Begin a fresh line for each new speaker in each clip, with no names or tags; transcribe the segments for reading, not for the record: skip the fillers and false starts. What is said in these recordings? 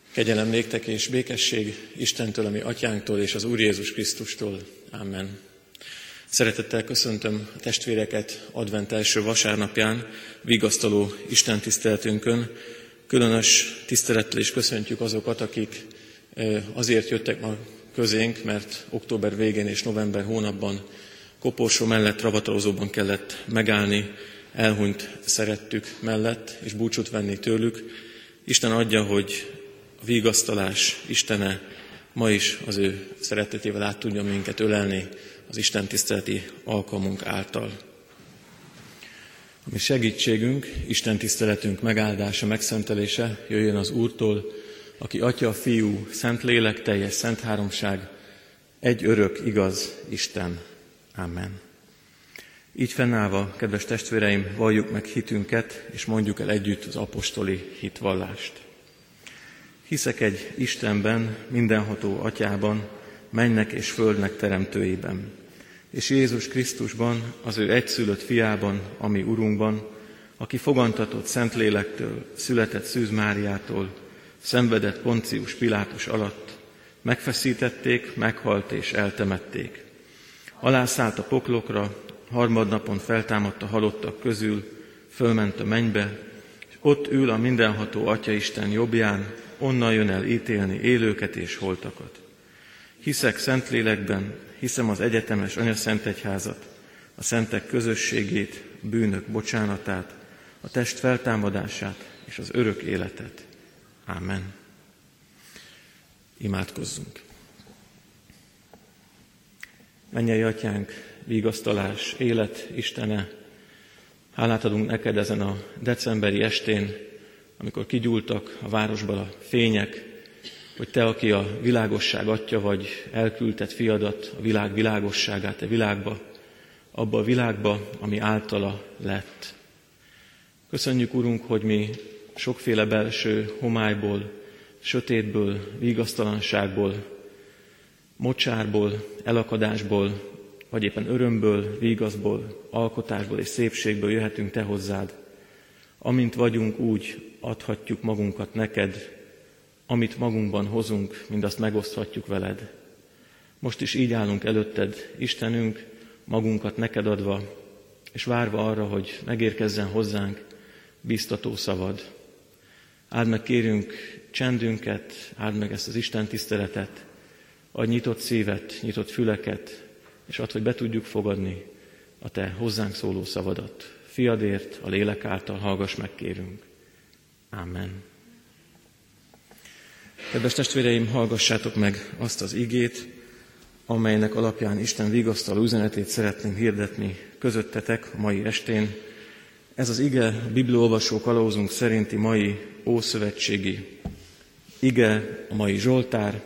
Kegyelem néktek és békesség Istentől, ami Atyánktól és az Úr Jézus Krisztustól. Amen. Szeretettel köszöntöm a testvéreket advent első vasárnapján, vigasztaló istentiszteletünkön. Különös tisztelettel is köszöntjük azokat, akik azért jöttek ma közénk, mert október végén és november hónapban koporsó mellett, ravatalozóban kellett megállni elhunyt szerettük mellett, és búcsút venni tőlük. Isten adja, hogy a vigasztalás Istene ma is az ő szeretetével át tudja minket ölelni az Isten tiszteleti alkalmunk által. A mi segítségünk, Isten tiszteletünk megáldása, megszentelése jöjjön az Úrtól, aki Atya, Fiú, Szentlélek, teljes szent háromság, egy örök, igaz Isten. Amen. Így fennállva, kedves testvéreim, valljuk meg hitünket, és mondjuk el együtt az apostoli hitvallást. Hiszek egy Istenben, mindenható Atyában, mennek és földnek teremtőiben, és Jézus Krisztusban, az ő egyszülött fiában, ami Urunkban, aki fogantatott Szentlélektől, született Szűz Máriától, szenvedett Poncius Pilátus alatt, megfeszítették, meghalt és eltemették. Alászállt a poklokra, harmadnapon feltámadt a halottak közül, fölment a mennybe, és ott ül a mindenható Atyaisten jobbján, onnan jön el ítélni élőket és holtakat. Hiszek Szentlélekben, hiszem az egyetemes anyaszentegyházat, a szentek közösségét, bűnök bocsánatát, a test feltámadását és az örök életet. Ámen. Imádkozzunk. Mennyei Atyánk, vigasztalás, élet Istene, hálát adunk neked ezen a decemberi estén, amikor kigyúltak a városban a fények, hogy te, aki a világosság atya vagy, elküldted fiadat, a világ világosságát a világba, abba a világba, ami általa lett. Köszönjük, Urunk, hogy mi sokféle belső homályból, sötétből, vigasztalanságból, mocsárból, elakadásból, vagy éppen örömből, vigaszból, alkotásból és szépségből jöhetünk te hozzád. Amint vagyunk, úgy adhatjuk magunkat neked, amit magunkban hozunk, mindazt megoszthatjuk veled. Most is így állunk előtted, Istenünk, magunkat neked adva, és várva arra, hogy megérkezzen hozzánk biztató szavad. Áld meg, kérünk, csendünket, áld meg ezt az Isten tiszteletet, adj nyitott szívet, nyitott füleket, és add, hogy be tudjuk fogadni a te hozzánk szóló szavadat. Fiadért, a lélek által hallgass meg, kérünk. Amen. Kedves testvéreim, hallgassátok meg azt az igét, amelynek alapján Isten vigasztaló üzenetét szeretném hirdetni közöttetek a mai estén. Ez az ige a bibliaolvasó kalauzunk szerinti mai ószövetségi ige, a mai Zsoltár,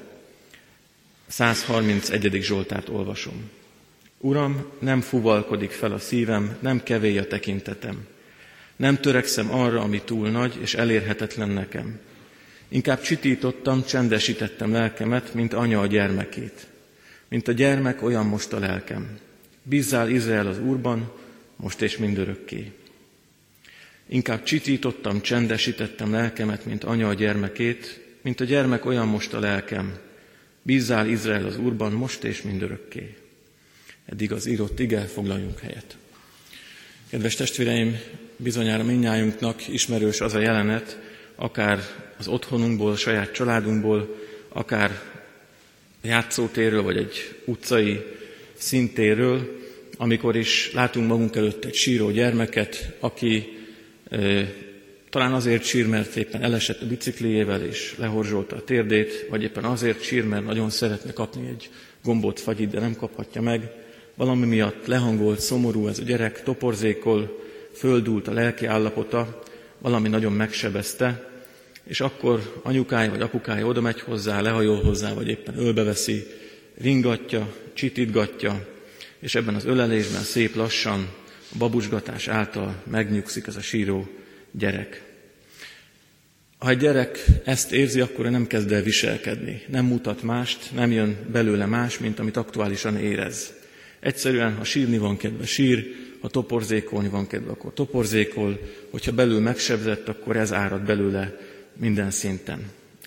131. Zsoltárt olvasom. Uram, nem fuvalkodik fel a szívem, nem kevély a tekintetem. Nem törekszem arra, ami túl nagy és elérhetetlen nekem. Inkább csitítottam, csendesítettem lelkemet, mint anya a gyermekét. Mint a gyermek, olyan most a lelkem. Bízzál Izrael az Úrban, most és mindörökké. Inkább csitítottam, csendesítettem lelkemet, mint anya a gyermekét, mint a gyermek, olyan most a lelkem. Bízzál Izrael az Úrban, most és mindörökké. Eddig az írott ige, foglaljunk helyet. Kedves testvéreim, bizonyára mindnyájunknak ismerős az a jelenet, akár az otthonunkból, a saját családunkból, akár a játszótérről, vagy egy utcai színtéről, amikor is látunk magunk előtt egy síró gyermeket, aki talán azért sír, mert éppen elesett a bicikliével és lehorzsolta a térdét, vagy éppen azért sír, mert nagyon szeretne kapni egy gombóc fagyit, de nem kaphatja meg. Valami miatt lehangolt, szomorú ez a gyerek, toporzékol, földult a lelki állapota, valami nagyon megsebezte, és akkor anyukája vagy apukája oda megy hozzá, lehajol hozzá, vagy éppen ölbeveszi, ringatja, csitítgatja, és ebben az ölelésben szép lassan, a babucsgatás által megnyugszik ez a síró gyerek. Ha egy gyerek ezt érzi, akkor nem kezd el viselkedni, nem mutat mást, nem jön belőle más, mint amit aktuálisan érez. Egyszerűen, ha sírni van kedve, sír, ha toporzékolni van kedve, akkor toporzékol, hogyha belül megsebzett, akkor ez árad belőle minden szinten.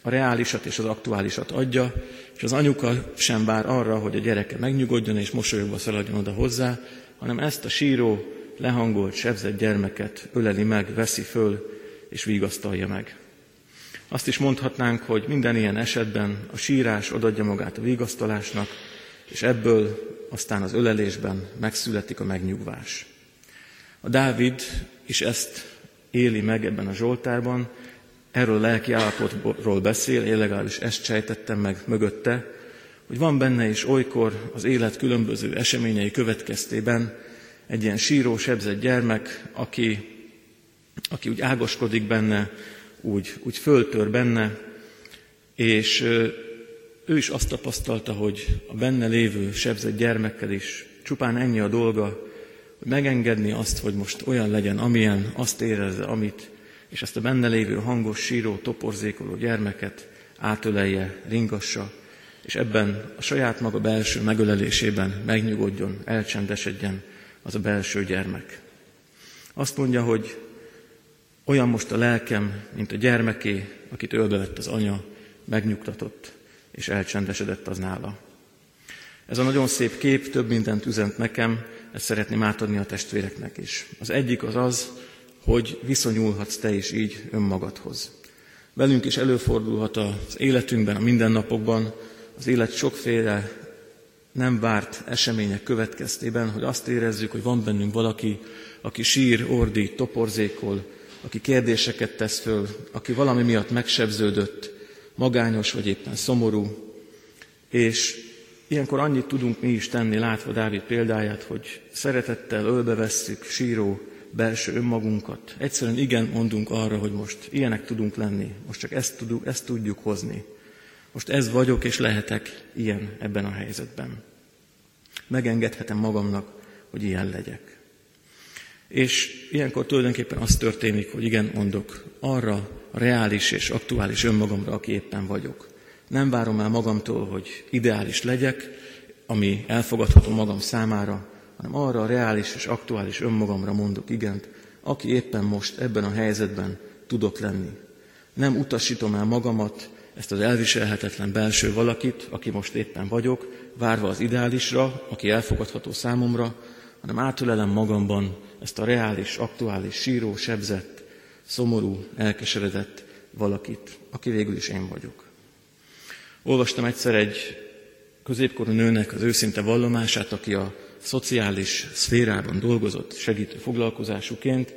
a reálisat és az aktuálisat adja, és az anyuka sem vár arra, hogy a gyereke megnyugodjon és mosolyogva szaladjon oda hozzá, hanem ezt a síró, lehangolt, sebzett gyermeket öleli meg, veszi föl és vigasztalja meg. Azt is mondhatnánk, hogy minden ilyen esetben a sírás odaadja magát a vigasztalásnak, és ebből aztán az ölelésben megszületik a megnyugvás. A Dávid is ezt éli meg ebben a Zsoltárban, erről a lelki állapotról beszél, én legalábbis ezt sejtettem meg mögötte, hogy van benne is olykor az élet különböző eseményei következtében egy ilyen síró, sebzett gyermek, aki úgy ágaskodik benne, úgy föltör benne, és ő is azt tapasztalta, hogy a benne lévő sebzett gyermekkel is csupán ennyi a dolga, hogy megengedni azt, hogy most olyan legyen, amilyen, azt érezze, amit, és ezt a benne lévő hangos, síró, toporzékoló gyermeket átölelje, ringassa, és ebben a saját maga belső megölelésében megnyugodjon, elcsendesedjen az a belső gyermek. Azt mondja, hogy olyan most a lelkem, mint a gyermeké, akit ölbevett az anya, megnyugtatott és elcsendesedett az nála. Ez a nagyon szép kép több mindent üzent nekem, ezt szeretném átadni a testvéreknek is. Az egyik az, hogy viszonyulhatsz te is így önmagadhoz. Velünk is előfordulhat az életünkben, a mindennapokban, az élet sokféle nem várt események következtében, hogy azt érezzük, hogy van bennünk valaki, aki sír, ordít, toporzékol, aki kérdéseket tesz föl, aki valami miatt megsebződött, magányos vagy éppen szomorú, és ilyenkor annyit tudunk mi is tenni, látva Dávid példáját, hogy szeretettel ölbevesszük síró belső önmagunkat. Egyszerűen igen mondunk arra, hogy most ilyenek tudunk lenni, most csak ezt tudjuk hozni. Most ez vagyok és lehetek ilyen ebben a helyzetben. Megengedhetem magamnak, hogy ilyen legyek. És ilyenkor tulajdonképpen az történik, hogy igen mondok arra a reális és aktuális önmagamra, aki éppen vagyok. Nem várom el magamtól, hogy ideális legyek, ami elfogadható magam számára, hanem arra a reális és aktuális önmagamra mondok igent, aki éppen most ebben a helyzetben tudok lenni. Nem utasítom el magamat, ezt az elviselhetetlen belső valakit, aki most éppen vagyok, várva az ideálisra, aki elfogadható számomra, hanem átölelem magamban ezt a reális, aktuális, síró, sebzett, szomorú, elkeseredett valakit, aki végül is én vagyok. Olvastam egyszer egy középkorú nőnek az őszinte vallomását, aki a szociális szférában dolgozott segítő foglalkozásuként,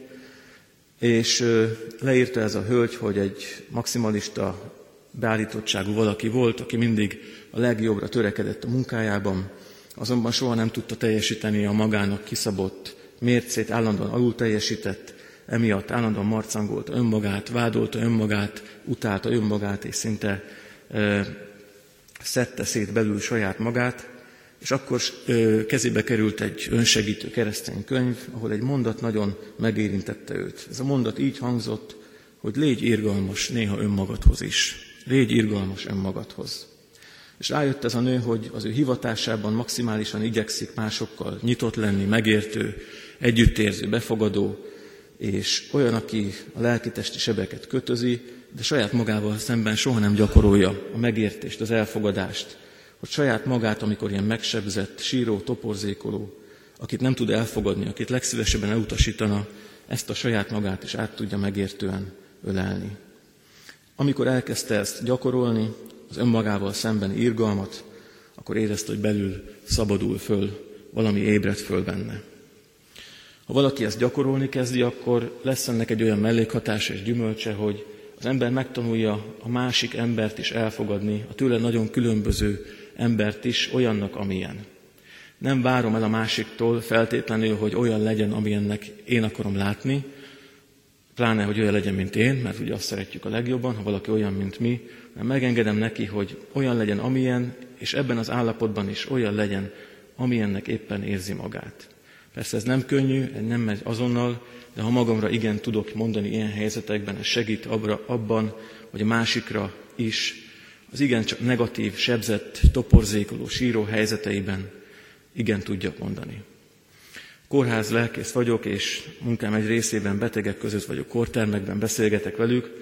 és leírta ez a hölgy, hogy egy maximalista beállítottságú valaki volt, aki mindig a legjobbra törekedett a munkájában, azonban soha nem tudta teljesíteni a magának kiszabott mércét, állandóan alul teljesített, emiatt állandóan marcangolta önmagát, vádolta önmagát, utálta önmagát, és szinte szedte szét belül saját magát, és akkor kezébe került egy önsegítő keresztény könyv, ahol egy mondat nagyon megérintette őt. Ez a mondat így hangzott, hogy légy irgalmas néha önmagadhoz is. Légy irgalmas önmagadhoz. És rájött ez a nő, hogy az ő hivatásában maximálisan igyekszik másokkal nyitott lenni, megértő, együttérző, befogadó, és olyan, aki a lelki-testi sebeket kötözi, de saját magával szemben soha nem gyakorolja a megértést, az elfogadást, hogy saját magát, amikor ilyen megsebzett, síró, toporzékoló, akit nem tud elfogadni, akit legszívesebben elutasítana, ezt a saját magát is át tudja megértően ölelni. Amikor elkezdte ezt gyakorolni, az önmagával szembeni irgalmat, akkor érezte, hogy belül szabadul föl, valami ébred föl benne. Ha valaki ezt gyakorolni kezdi, akkor lesz ennek egy olyan mellékhatása és gyümölcse, hogy az ember megtanulja a másik embert is elfogadni, a tőle nagyon különböző embert is olyannak, amilyen. Nem várom el a másiktól feltétlenül, hogy olyan legyen, amilyennek én akarom látni, pláne, hogy olyan legyen, mint én, mert ugye azt szeretjük a legjobban, ha valaki olyan, mint mi, mert megengedem neki, hogy olyan legyen, amilyen, és ebben az állapotban is olyan legyen, amilyennek éppen érzi magát. Persze ez nem könnyű, nem megy azonnal, de ha magamra igen tudok mondani ilyen helyzetekben, ez segít abban, hogy a másikra is az igencsak negatív, sebzett, toporzékoló, síró helyzeteiben igen tudjak mondani. Kórház lelkész vagyok, és munkám egy részében betegek között vagyok, kórtermekben beszélgetek velük,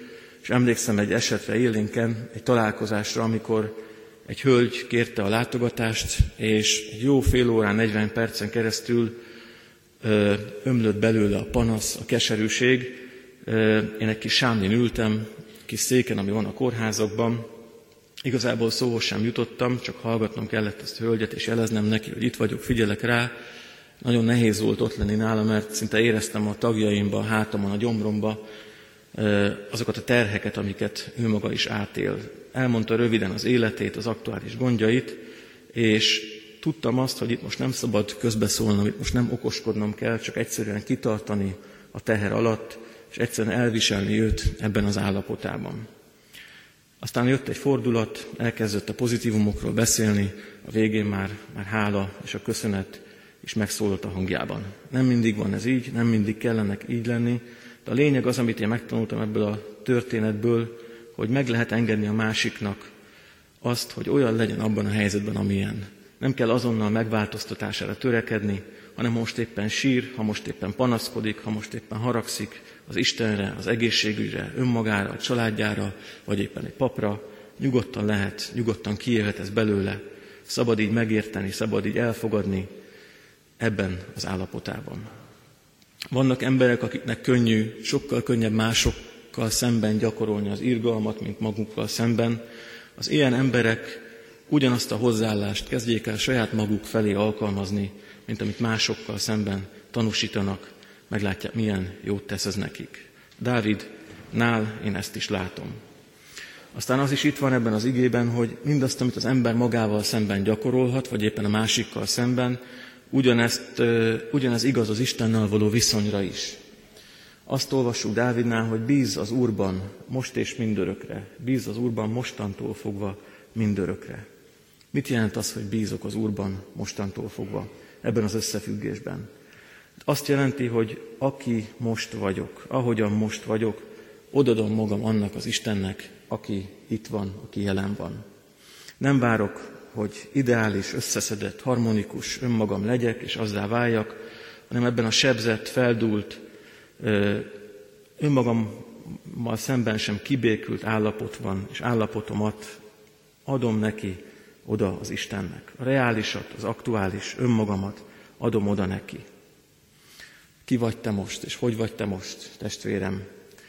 És emlékszem egy esetre élénken, egy találkozásra, amikor egy hölgy kérte a látogatást, és egy jó fél órán, 40 percen keresztül ömlött belőle a panasz, a keserűség. Én egy kis sámlin ültem, kis széken, ami van a kórházakban. Igazából szóhoz sem jutottam, csak hallgatnom kellett ezt a hölgyet, és jeleznem neki, hogy itt vagyok, figyelek rá. Nagyon nehéz volt ott lenni nála, mert szinte éreztem a tagjaimban, a hátamon, a gyomromban azokat a terheket, amiket ő maga is átél. Elmondta röviden az életét, az aktuális gondjait, és tudtam azt, hogy itt most nem szabad közbeszólnom, itt most nem okoskodnom kell, csak egyszerűen kitartani a teher alatt, és egyszerűen elviselni őt ebben az állapotában. Aztán jött egy fordulat, elkezdett a pozitívumokról beszélni, a végén már hála és a köszönet is megszólalt a hangjában. Nem mindig van ez így, nem mindig kellene így lenni, de a lényeg az, amit én megtanultam ebből a történetből, hogy meg lehet engedni a másiknak azt, hogy olyan legyen abban a helyzetben, amilyen. Nem kell azonnal megváltoztatására törekedni, hanem most éppen sír, ha most éppen panaszkodik, ha most éppen haragszik az Istenre, az egészségügyre, önmagára, a családjára, vagy éppen egy papra, nyugodtan lehet, nyugodtan kijöhet ez belőle, szabad így megérteni, szabad így elfogadni ebben az állapotában. Vannak emberek, akiknek könnyű, sokkal könnyebb másokkal szemben gyakorolni az irgalmat, mint magukkal szemben. Az ilyen emberek ugyanazt a hozzáállást kezdjék el saját maguk felé alkalmazni, mint amit másokkal szemben tanúsítanak, meglátják, milyen jót tesz ez nekik. Dávidnál én ezt is látom. Aztán az is itt van ebben az igében, hogy mindazt, amit az ember magával szemben gyakorolhat, vagy éppen a másikkal szemben, ugyanez igaz az Istennel való viszonyra is. Azt olvassuk Dávidnál, hogy bízz az Úrban most és mindörökre. Bízz az Úrban mostantól fogva mindörökre. Mit jelent az, hogy bízok az Úrban mostantól fogva ebben az összefüggésben? Azt jelenti, hogy aki most vagyok, ahogyan most vagyok, odadom magam annak az Istennek, aki itt van, aki jelen van. Nem várok, hogy ideális, összeszedett, harmonikus önmagam legyek, és azzá váljak, hanem ebben a sebzett, feldúlt, önmagammal szemben sem kibékült állapot van, és állapotomat adom neki oda az Istennek. A reálisat, az aktuális önmagamat adom oda neki. Ki vagy te most, és hogy vagy te most, testvérem?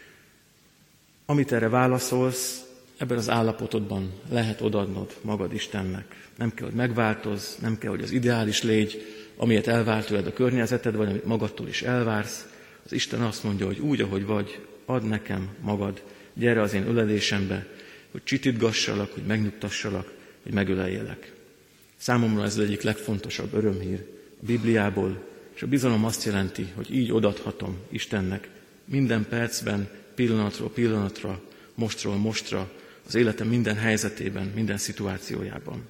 Amit erre válaszolsz, ebben az állapotodban lehet odaadnod magad Istennek. Nem kell, hogy megváltozz, nem kell, hogy az ideális légy, amilyet elvár tőled a környezeted, vagy amit magadtól is elvársz. Az Isten azt mondja, hogy úgy, ahogy vagy, add nekem magad, gyere az én ölelésembe, hogy csitítgassalak, hogy megnyugtassalak, hogy megöleljelek. Számomra ez az egyik legfontosabb örömhír a Bibliából, és a bizalom azt jelenti, hogy így odaadhatom Istennek minden percben, pillanatról pillanatra, mostról mostra, az életem minden helyzetében, minden szituációjában.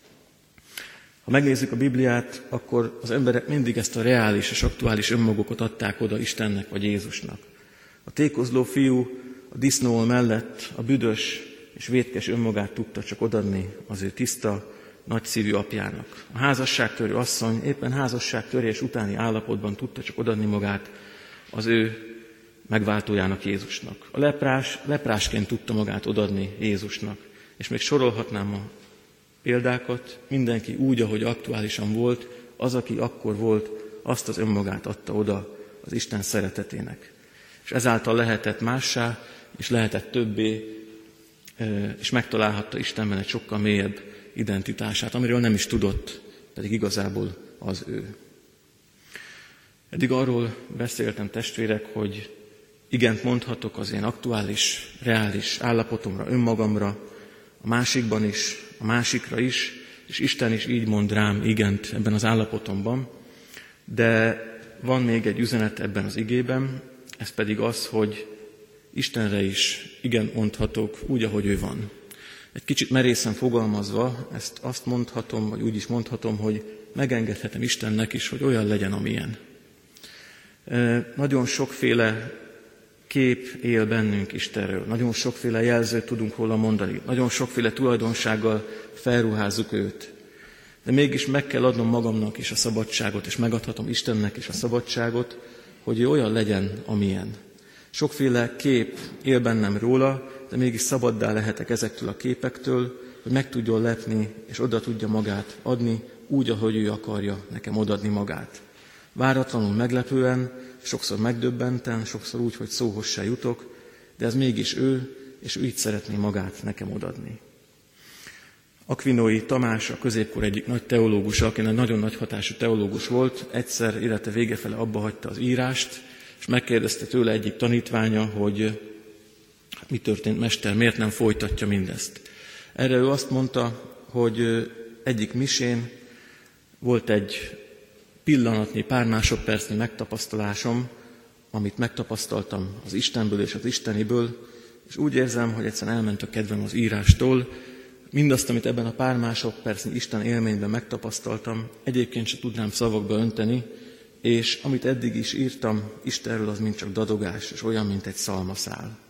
Ha megnézzük a Bibliát, akkor az emberek mindig ezt a reális és aktuális önmagukat adták oda Istennek vagy Jézusnak. A tékozló fiú a disznó mellett a büdös és vétkes önmagát tudta csak odadni az ő tiszta, nagyszívű apjának. A házasságtörő asszony éppen házasságtörés utáni állapotban tudta csak odadni magát az ő megváltójának, Jézusnak. A leprásként tudta magát odadni Jézusnak. És még sorolhatnám a példákat, mindenki úgy, ahogy aktuálisan volt, az, aki akkor volt, azt az önmagát adta oda az Isten szeretetének. És ezáltal lehetett mássá, és lehetett többé, és megtalálhatta Istenben egy sokkal mélyebb identitását, amiről nem is tudott, pedig igazából az ő. Eddig arról beszéltem, testvérek, hogy igent mondhatok az én aktuális, reális állapotomra, önmagamra, a másikban is, a másikra is, és Isten is így mond rám igent ebben az állapotomban, de van még egy üzenet ebben az igében, ez pedig az, hogy Istenre is igen mondhatok úgy, ahogy ő van. Egy kicsit merészen fogalmazva, ezt azt mondhatom, vagy úgy is mondhatom, hogy megengedhetem Istennek is, hogy olyan legyen, amilyen. Nagyon sokféle kép él bennünk Istenről, nagyon sokféle jelzőt tudunk róla mondani, nagyon sokféle tulajdonsággal felruházzuk őt. De mégis meg kell adnom magamnak is a szabadságot, és megadhatom Istennek is a szabadságot, hogy ő olyan legyen, amilyen. Sokféle kép él bennem róla, de mégis szabaddá lehetek ezektől a képektől, hogy meg tudjon lepni, és oda tudja magát adni, úgy, ahogy ő akarja nekem odaadni magát. Váratlanul, meglepően, sokszor megdöbbenten, sokszor úgy, hogy szóhoz se jutok, de ez mégis ő, és ő így szeretné magát nekem odadni. Akvinói Tamás, a középkor egyik nagy teológusa, aki nagyon nagy hatású teológus volt, egyszer élete vége fele abba hagyta az írást, és megkérdezte tőle egyik tanítványa, hogy mi történt, mester, miért nem folytatja mindezt. Erre ő azt mondta, hogy egyik misén volt egy pillanatnyi, pár másodpercnyi megtapasztalásom, amit megtapasztaltam az Istenből és az Isteniből, és úgy érzem, hogy egyszerűen elment a kedvem az írástól. Mindazt, amit ebben a pár másodpercnyi Isten élményben megtapasztaltam, egyébként sem tudnám szavakba önteni, és amit eddig is írtam Istenről, az mind csak dadogás, és olyan, mint egy szalmaszál.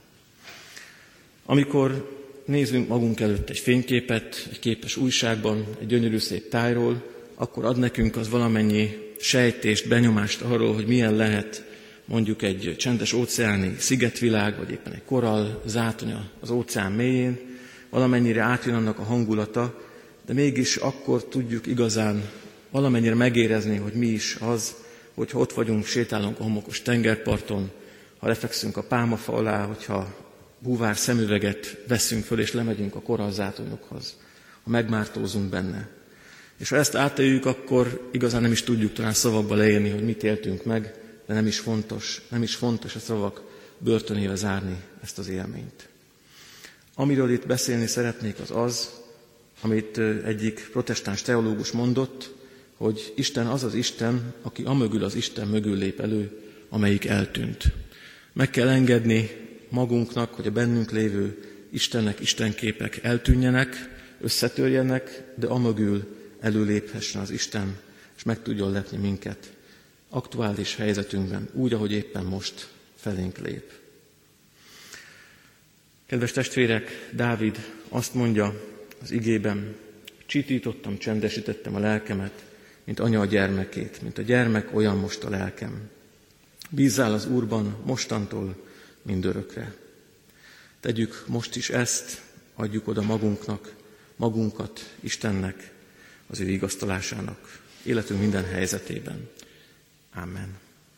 Amikor nézünk magunk előtt egy fényképet, egy képes újságban, egy gyönyörű szép tájról, akkor ad nekünk az valamennyi sejtést, benyomást arról, hogy milyen lehet mondjuk egy csendes óceáni szigetvilág, vagy éppen egy korall zátonya az óceán mélyén, valamennyire átjön annak a hangulata, de mégis akkor tudjuk igazán valamennyire megérezni, hogy mi is az, hogyha ott vagyunk, sétálunk a homokos tengerparton, ha lefekszünk a pálmafa alá, hogyha búvár szemüveget veszünk föl, és lemegyünk a korallzátonyokhoz, ha megmártózunk benne. És ha ezt átéljük, akkor igazán nem is tudjuk talán szavakba leírni, hogy mit éltünk meg, de nem is fontos a szavak börtönébe zárni ezt az élményt. Amiről itt beszélni szeretnék, az, amit egyik protestáns teológus mondott, hogy Isten az az Isten, aki amögül az Isten mögül lép elő, amelyik eltűnt. Meg kell engedni magunknak, hogy a bennünk lévő Istennek istenképek eltűnjenek, összetörjenek, de amögül előléphessen az Isten, és meg tudjon lepni minket aktuális helyzetünkben, úgy, ahogy éppen most felénk lép. Kedves testvérek, Dávid azt mondja az igében, csitítottam, csendesítettem a lelkemet, mint anya a gyermekét, mint a gyermek, olyan most a lelkem. Bízzál az Úrban mostantól mindörökre. Tegyük most is ezt, adjuk oda magunkat Istennek, az ő vigasztalásának, életünk minden helyzetében. Amen.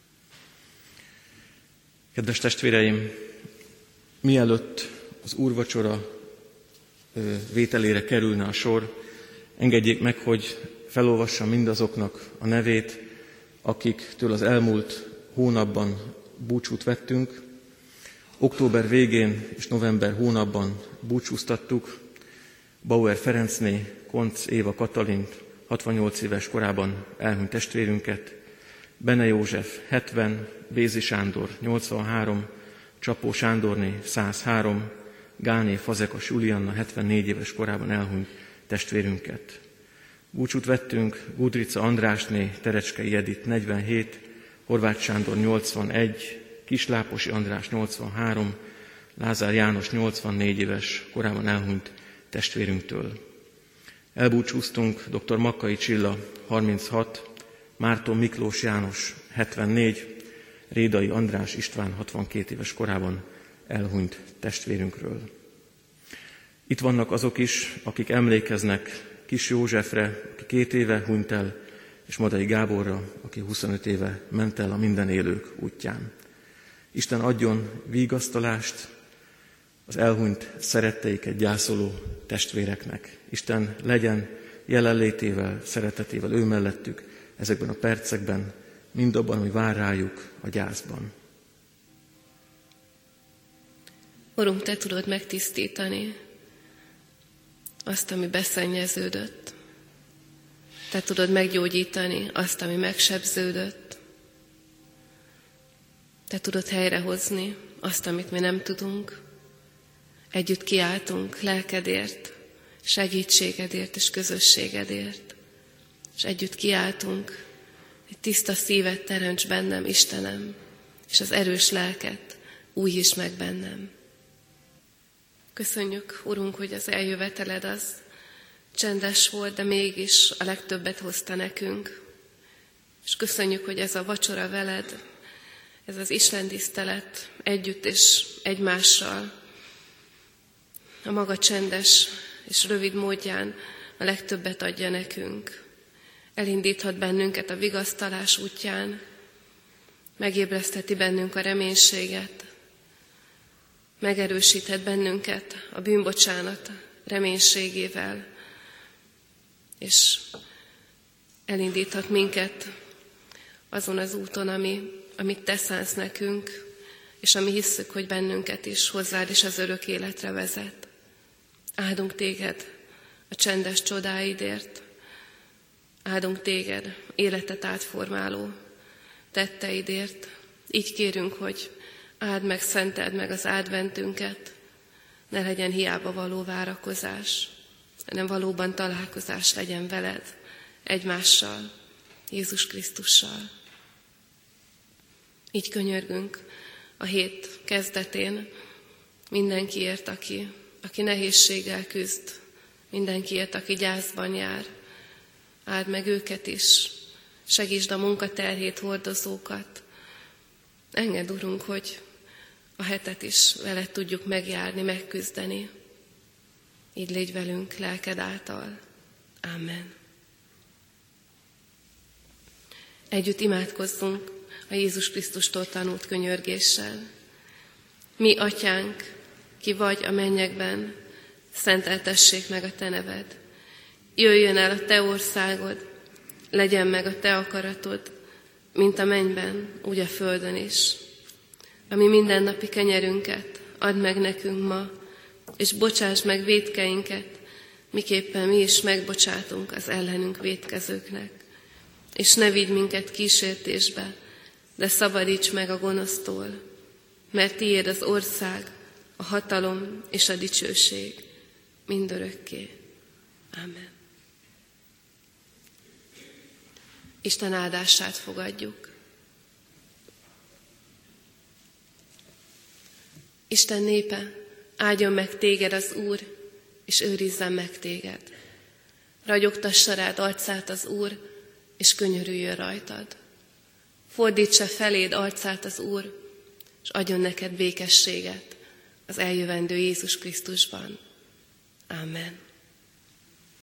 Kedves testvéreim, mielőtt az úrvacsora vételére kerülne a sor, engedjék meg, hogy felolvassam mindazoknak a nevét, akiktől az elmúlt hónapban búcsút vettünk. Október végén és november hónapban búcsúztattuk Bauer Ferencné, Koncz Éva Katalint, 68 éves korában elhunyt testvérünket, Bene József 70, Bézi Sándor 83, Csapó Sándorné 103, Gáné Fazekas Julianna 74 éves korában elhunyt testvérünket. Búcsút vettünk Gudrica Andrásné, Terecskei Edith 47, Horváth Sándor 81, Kisláposi András 83, Lázár János 84 éves korában elhunyt testvérünktől. Elbúcsúztunk dr. Makkai Csilla 36, Márton Miklós János 74, Rédai András István 62 éves korában elhunyt testvérünkről. Itt vannak azok is, akik emlékeznek Kis Józsefre, aki 2 éve hunyt el, és Madai Gáborra, aki 25 éve ment el a minden élők útján. Isten adjon vigasztalást az elhunyt szeretteiket gyászoló testvéreknek. Isten legyen jelenlétével, szeretetével ő mellettük ezekben a percekben, mindabban, ami vár rájuk a gyászban.
Urunk, Te tudod megtisztítani azt, ami beszennyeződött. Te tudod meggyógyítani azt, ami megsebződött. Te tudod helyrehozni azt, amit mi nem tudunk. Együtt kiáltunk lelkedért, segítségedért és közösségedért. És együtt kiáltunk, egy tiszta szívet teremts bennem, Istenem, és az erős lelket újíts meg bennem. Köszönjük, Urunk, hogy az eljöveteled az csendes volt, de mégis a legtöbbet hozta nekünk. És köszönjük, hogy ez a vacsora veled, ez az Isten tisztelet együtt és egymással a maga csendes és rövid módján a legtöbbet adja nekünk. Elindíthat bennünket a vigasztalás útján, megébresztheti bennünk a reménységet, megerősíthet bennünket a bűnbocsánat reménységével, és elindíthat minket azon az úton, amit te szánsz nekünk, és ami hisszük, hogy bennünket is hozzád és az örök életre vezet. Áldunk téged a csendes csodáidért, áldunk téged életet átformáló tetteidért. Így kérünk, hogy áld meg, szenteld meg az adventünket, ne legyen hiába való várakozás, hanem valóban találkozás legyen veled, egymással, Jézus Krisztussal. Így könyörgünk a hét kezdetén mindenkiért, aki nehézséggel küzd, mindenkiért, aki gyászban jár. Áld meg őket is, segítsd a munkaterhét hordozókat. Engedd, Urunk, hogy a hetet is veled tudjuk megjárni, megküzdeni. Így légy velünk lelked által. Amen. Együtt imádkozzunk a Jézus Krisztustól tanult könyörgéssel. Mi, Atyánk, ki vagy a mennyekben, szenteltessék meg a te neved. Jöjjön el a te országod, legyen meg a te akaratod, mint a mennyben, úgy a földön is. Ami mindennapi kenyerünket add meg nekünk ma, és bocsáss meg vétkeinket, miképpen mi is megbocsátunk az ellenünk vétkezőknek. És ne vigy minket kísértésbe, de szabadíts meg a gonosztól, mert tiéd az ország, a hatalom és a dicsőség mindörökké. Amen. Isten áldását fogadjuk. Isten népe, áldjon meg téged az Úr, és őrizzen meg téged. Ragyogtassa rád arcát az Úr, és könyörüljön rajtad. Fordítsa feléd arcát az Úr, és adjon neked békességet az eljövendő Jézus Krisztusban. Amen.